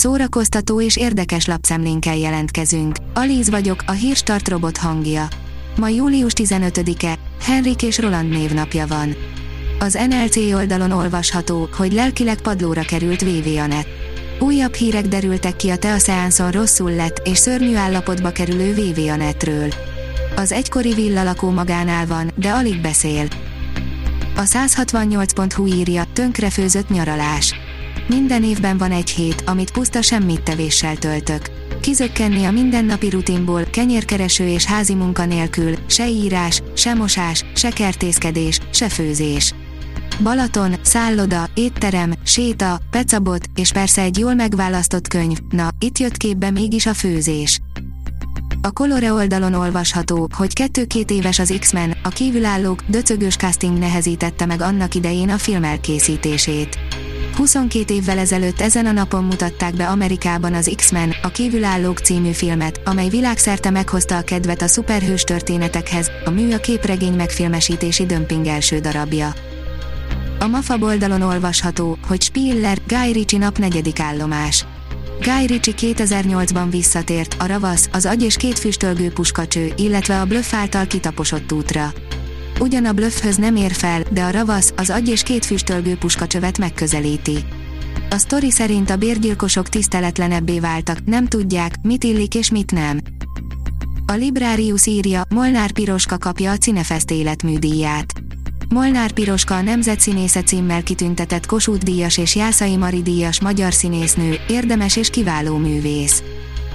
szórakoztató és érdekes lapszemlénkkel jelentkezünk. Alíz vagyok, a Hírstart robot hangja. Ma július 15-e, Henrik és Roland névnapja van. Az NLC oldalon olvasható, hogy lelkileg padlóra került VV Anett. Újabb hírek derültek ki a Tea szeánszon rosszul lett és szörnyű állapotba kerülő VV Anettről. Az egykori villalakó magánál van, de alig beszél. A 168.hu írja, tönkrefőzött nyaralás. Minden évben van egy hét, amit puszta semmittevéssel töltök. Kizökkenni a mindennapi rutinból, kenyérkereső és házi munka nélkül, se írás, se mosás, se kertészkedés, se főzés. Balaton, szálloda, étterem, séta, pecabot, és persze egy jól megválasztott könyv, na, itt jött képbe mégis a főzés. A Colore oldalon olvasható, hogy 2 éves az X-Men, a kívülállók, döcögős casting nehezítette meg annak idején a film elkészítését. 22 évvel ezelőtt ezen a napon mutatták be Amerikában az X-Men, a kívülállók című filmet, amely világszerte meghozta a kedvet a szuperhős történetekhez, a mű a képregény megfilmesítési dömping első darabja. A MAFA oldalon olvasható, hogy Spiller, Guy Ritchie nap 4. állomás. Guy Ritchie 2008-ban visszatért, a Ravasz, az Agy és 2 füstölgő puskacső, illetve a Bluff által kitaposott útra. Ugyan a Bluffhöz nem ér fel, de a Ravasz, az Agy és 2 füstölgő puskacsövet megközelíti. A sztori szerint a bérgyilkosok tiszteletlenebbé váltak, nem tudják, mit illik és mit nem. A Librarius írja, Molnár Piroska kapja a Cinefest életműdíját. Molnár Piroska a Nemzetszínésze címmel kitüntetett Kossuth-díjas és Jászai Mari díjas magyar színésznő, érdemes és kiváló művész.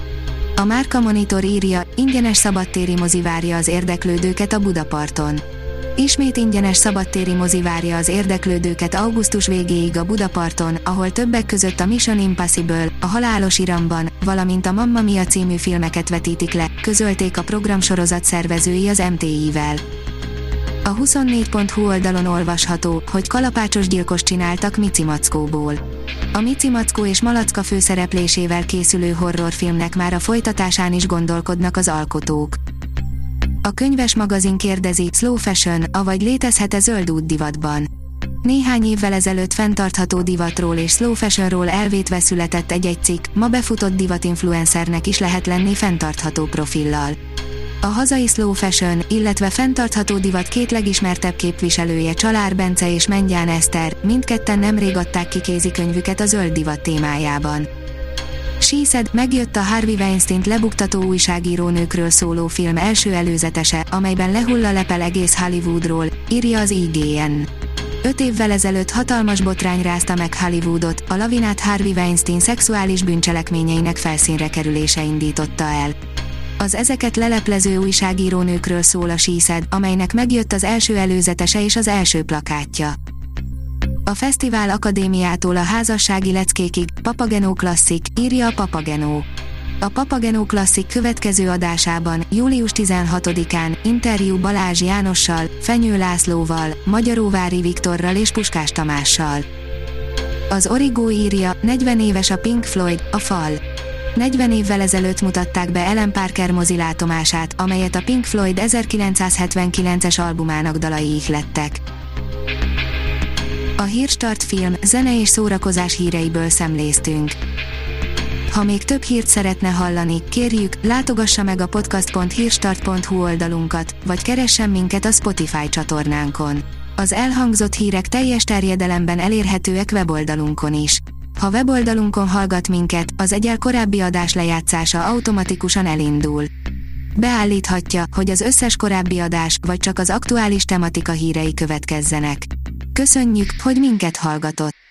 A Márka Monitor írja, ingyenes szabadtéri mozi várja az érdeklődőket a Budaparton. Ismét ingyenes szabadtéri mozi várja az érdeklődőket augusztus végéig a Budaparton, ahol többek között a Mission Impossible, a Halálos Iramban, valamint a Mamma Mia című filmeket vetítik le, közölték a programsorozat szervezői az MTI-vel. A 24.hu oldalon olvasható, hogy kalapácsos gyilkost csináltak Mici Mackóból. A Mici Mackó és Malacka főszereplésével készülő horrorfilmnek már a folytatásán is gondolkodnak az alkotók. A könyves magazin kérdezi, slow fashion, avagy létezhet-e zöld út divatban? Néhány évvel ezelőtt fenntartható divatról és slow fashionról elvétve született egy cikk, ma befutott divatinfluencernek is lehet lenni fenntartható profillal. A hazai slow fashion, illetve fenntartható divat 2 legismertebb képviselője Csalár Bence és Mengyán Eszter, mindketten nemrég adták ki kézikönyvüket a zöld divat témájában. She Said, megjött a Harvey Weinsteint lebuktató újságírónőkről szóló film első előzetese, amelyben lehull a lepel egész Hollywoodról, írja az IGN. 5 évvel ezelőtt hatalmas botrány rázta meg Hollywoodot, a lavinát Harvey Weinstein szexuális bűncselekményeinek felszínre kerülése indította el. Az ezeket leleplező újságírónőkről szól a She Said, amelynek megjött az első előzetese és az első plakátja. A Fesztivál Akadémiától a házassági leckékig, Papageno Klasszik, írja a Papageno. A Papageno Klasszik következő adásában, július 16-án, interjú Balázs Jánossal, Fenyő Lászlóval, Magyaróvári Viktorral és Puskás Tamással. Az Origo írja, 40 éves a Pink Floyd, a Fal. 40 évvel ezelőtt mutatták be Ellen Parker mozilátomását, amelyet a Pink Floyd 1979-es albumának dalai ihlettek. A Hírstart film, zene és szórakozás híreiből szemléztünk. Ha még több hírt szeretne hallani, kérjük, látogassa meg a podcast.hírstart.hu oldalunkat, vagy keressen minket a Spotify csatornánkon. Az elhangzott hírek teljes terjedelemben elérhetőek weboldalunkon is. Ha weboldalunkon hallgat minket, az egyel korábbi adás lejátszása automatikusan elindul. Beállíthatja, hogy az összes korábbi adás, vagy csak az aktuális tematika hírei következzenek. Köszönjük, hogy minket hallgatott!